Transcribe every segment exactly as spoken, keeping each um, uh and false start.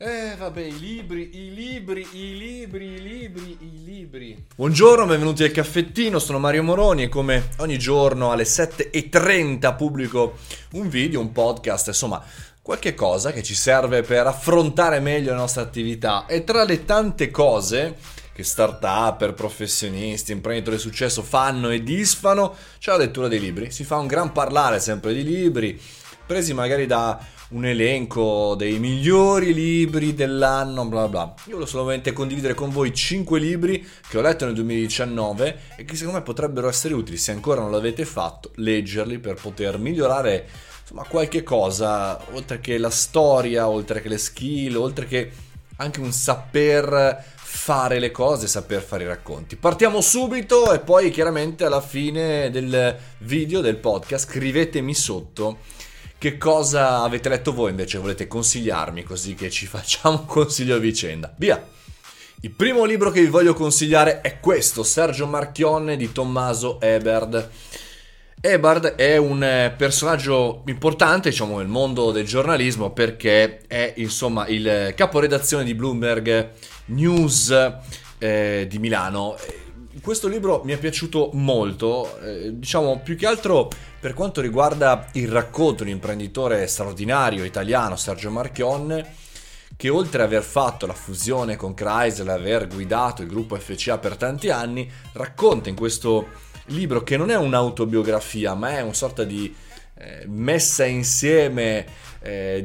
Eh vabbè, i libri, i libri, i libri, i libri, i libri. Buongiorno, benvenuti al caffettino, sono Mario Moroni e come ogni giorno alle sette e trenta pubblico un video, un podcast, insomma qualche cosa che ci serve per affrontare meglio le nostre attività. E tra le tante cose che start-up, professionisti, imprenditori di successo fanno e disfano, c'è la lettura dei libri. Si fa un gran parlare sempre di libri, presi magari da un elenco dei migliori libri dell'anno, bla bla. Io voglio solamente condividere con voi cinque libri che ho letto nel duemiladiciannove e che secondo me potrebbero essere utili, se ancora non l'avete fatto, leggerli per poter migliorare insomma qualche cosa, oltre che la storia, oltre che le skill, oltre che anche un saper fare le cose, saper fare i racconti. Partiamo subito e poi chiaramente alla fine del video, del podcast, scrivetemi sotto che cosa avete letto voi invece, volete consigliarmi, così che ci facciamo un consiglio a vicenda. Via! Il primo libro che vi voglio consigliare è questo, Sergio Marchionne di Tommaso Ebert. Ebert è un personaggio importante, diciamo, nel mondo del giornalismo perché è, insomma, il caporedazione di Bloomberg News eh, di Milano. Questo libro mi è piaciuto molto, eh, diciamo più che altro per quanto riguarda il racconto di un imprenditore straordinario italiano, Sergio Marchionne, che oltre ad aver fatto la fusione con Chrysler, aver guidato il gruppo F C A per tanti anni, racconta in questo libro che non è un'autobiografia, ma è una sorta di eh, messa insieme eh,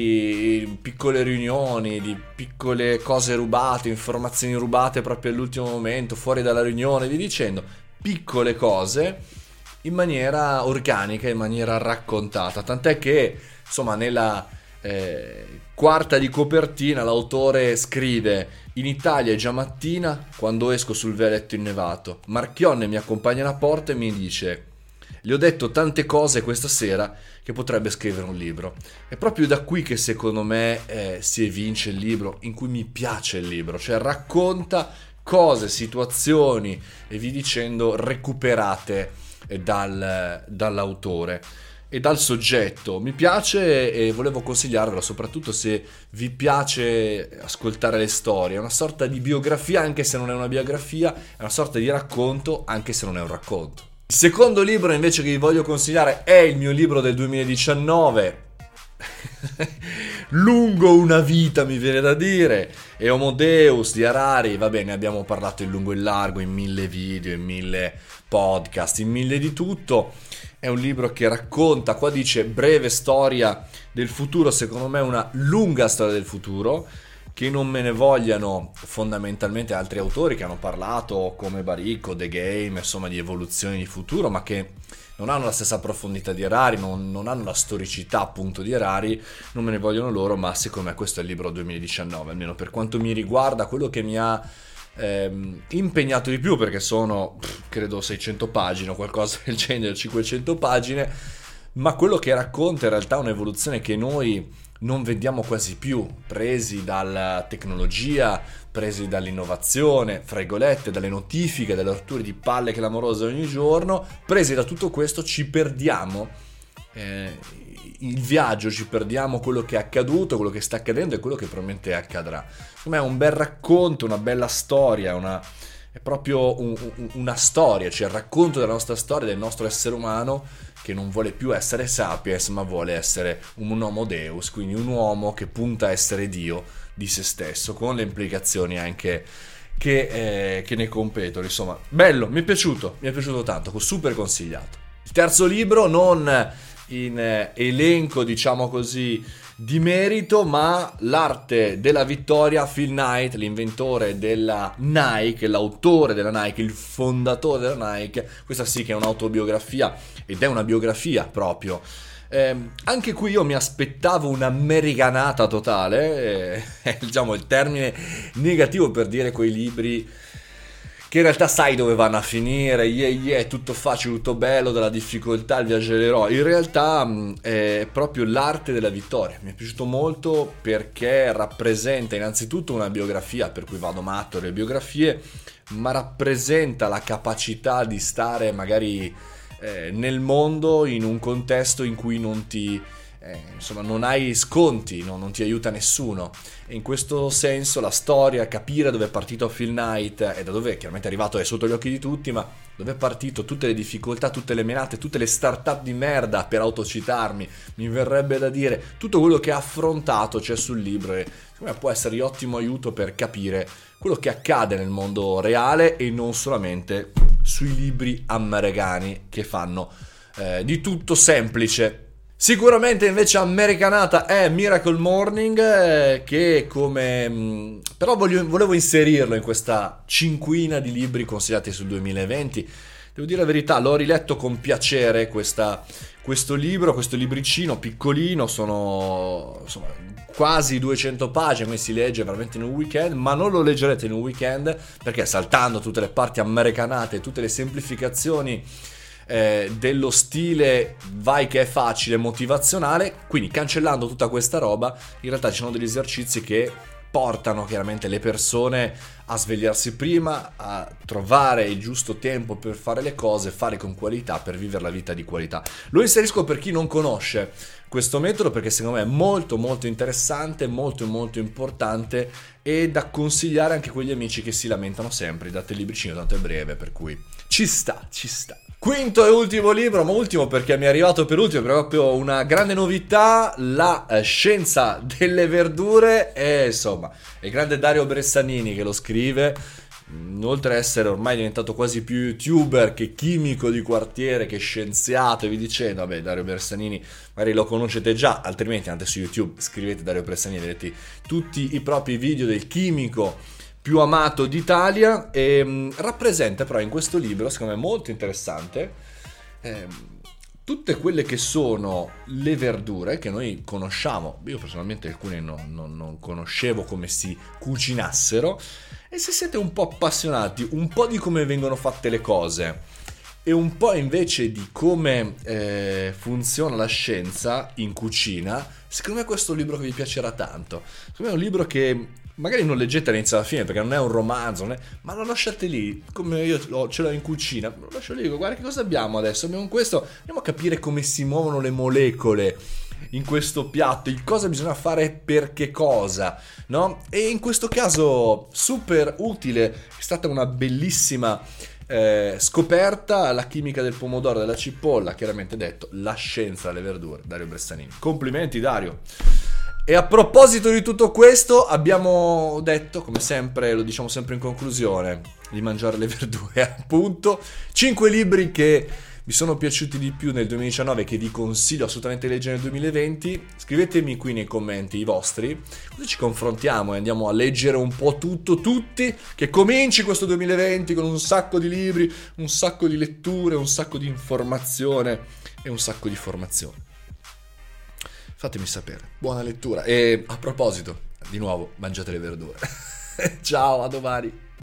di piccole riunioni, di piccole cose rubate, informazioni rubate proprio all'ultimo momento, fuori dalla riunione, vi dicendo, piccole cose in maniera organica, in maniera raccontata, tant'è che insomma nella eh, quarta di copertina l'autore scrive: in Italia è già mattina quando esco sul vialetto innevato, Marchionne mi accompagna alla porta e mi dice: gli ho detto tante cose questa sera che potrebbe scrivere un libro. È proprio da qui che secondo me eh, si evince il libro, in cui mi piace il libro, cioè racconta cose, situazioni e vi dicendo recuperate eh, dal, dall'autore e dal soggetto. Mi piace e volevo consigliarvelo soprattutto se vi piace ascoltare le storie. È una sorta di biografia anche se non è una biografia, è una sorta di racconto anche se non è un racconto. Il secondo libro invece che vi voglio consigliare è il mio libro del duemiladiciannove, lungo una vita mi viene da dire, è Homo Deus di Harari. Va bene, abbiamo parlato in lungo e in largo, in mille video, in mille podcast, in mille di tutto. È un libro che racconta, qua dice breve storia del futuro, secondo me una lunga storia del futuro, che non me ne vogliano fondamentalmente altri autori che hanno parlato come Baricco, The Game, insomma di evoluzioni di futuro, ma che non hanno la stessa profondità di Harari, non, non hanno la storicità appunto di Harari, non me ne vogliono loro, ma secondo me questo è il libro duemiladiciannove, almeno per quanto mi riguarda, quello che mi ha ehm, impegnato di più, perché sono pff, credo seicento pagine o qualcosa del genere, cinquecento pagine, ma quello che racconta in realtà è un'evoluzione che noi non vediamo quasi più, presi dalla tecnologia, presi dall'innovazione, fra virgolette, dalle notifiche, dalle rotture di palle clamorose ogni giorno, presi da tutto questo ci perdiamo eh, il viaggio, ci perdiamo quello che è accaduto, quello che sta accadendo e quello che probabilmente accadrà. Secondo me è un bel racconto, una bella storia, una, è proprio un, un, una storia, cioè il racconto della nostra storia, del nostro essere umano che non vuole più essere sapiens ma vuole essere un homo deus, quindi un uomo che punta a essere Dio di se stesso, con le implicazioni anche che, eh, che ne competono. Insomma, bello, mi è piaciuto, mi è piaciuto tanto, super consigliato. Il terzo libro, non in eh, elenco diciamo così di merito, ma L'arte della vittoria, Phil Knight, l'inventore della Nike, l'autore della Nike, il fondatore della Nike. Questa sì che è un'autobiografia ed è una biografia proprio. Eh, anche qui io mi aspettavo un'americanata totale, eh, diciamo il termine negativo per dire quei libri che in realtà sai dove vanno a finire, yeah yeah, è tutto facile, tutto bello, dalla difficoltà al viaggio dell'eroe. In realtà mh, è proprio l'arte della vittoria, mi è piaciuto molto perché rappresenta innanzitutto una biografia, per cui vado matto alle biografie, ma rappresenta la capacità di stare magari eh, nel mondo in un contesto in cui non ti eh, insomma non hai sconti, no? Non ti aiuta nessuno, e in questo senso la storia, capire dove è partito Phil Knight e da dove chiaramente è arrivato è sotto gli occhi di tutti, ma dove è partito, tutte le difficoltà, tutte le menate, tutte le start-up di merda, per autocitarmi, mi verrebbe da dire, tutto quello che ha affrontato c'è sul libro, e secondo me può essere di ottimo aiuto per capire quello che accade nel mondo reale e non solamente sui libri americani che fanno eh, di tutto semplice. Sicuramente invece americanata è Miracle Morning, eh, che come mh, però voglio, volevo inserirlo in questa cinquina di libri consigliati sul duemilaventi. Devo dire la verità, l'ho riletto con piacere questa, questo libro, questo libricino piccolino, sono insomma quasi duecento pagine, quindi si legge veramente in un weekend, ma non lo leggerete in un weekend perché saltando tutte le parti americanate, tutte le semplificazioni eh, dello stile vai che è facile, motivazionale, quindi cancellando tutta questa roba, in realtà ci sono degli esercizi che portano chiaramente le persone a svegliarsi prima, a trovare il giusto tempo per fare le cose, fare con qualità per vivere la vita di qualità. Lo inserisco per chi non conosce questo metodo perché secondo me è molto molto interessante, molto molto importante e da consigliare anche a quegli amici che si lamentano sempre, date il libricino tanto è breve, per cui ci sta, ci sta. Quinto e ultimo libro, ma ultimo perché mi è arrivato per ultimo, proprio una grande novità, la eh, scienza delle verdure, e insomma, è il grande Dario Bressanini che lo scrive, oltre ad essere ormai diventato quasi più youtuber che chimico di quartiere, che scienziato e vi dicendo, vabbè, Dario Bressanini magari lo conoscete già, altrimenti andate su YouTube, scrivete Dario Bressanini, vedete tutti i propri video del chimico più amato d'Italia, e mh, rappresenta però in questo libro, secondo me molto interessante, eh, tutte quelle che sono le verdure che noi conosciamo. Io personalmente alcune non, non, non conoscevo come si cucinassero, e se siete un po' appassionati un po' di come vengono fatte le cose e un po' invece di come eh, funziona la scienza in cucina, secondo me questo è un libro che vi piacerà tanto. Secondo me è un libro che magari non leggete all'inizio alla fine perché non è un romanzo, non è, ma lo lasciate lì, come io lo, ce l'ho in cucina, lo lascio lì, dico, guarda che cosa abbiamo adesso, abbiamo questo, andiamo a capire come si muovono le molecole in questo piatto, il cosa bisogna fare per che cosa, no? E in questo caso super utile, è stata una bellissima eh, scoperta, la chimica del pomodoro, della cipolla, chiaramente detto, la scienza delle verdure, Dario Bressanini. Complimenti Dario! E a proposito di tutto questo, abbiamo detto, come sempre, lo diciamo sempre in conclusione, di mangiare le verdure, appunto. cinque libri che vi sono piaciuti di più nel duemiladiciannove, che vi consiglio assolutamente di leggere nel duemilaventi. Scrivetemi qui nei commenti i vostri, così ci confrontiamo e andiamo a leggere un po' tutto, tutti, che cominci questo duemilaventi con un sacco di libri, un sacco di letture, un sacco di informazione e un sacco di formazione. Fatemi sapere, buona lettura, e a proposito, di nuovo, mangiate le verdure. Ciao, a domani.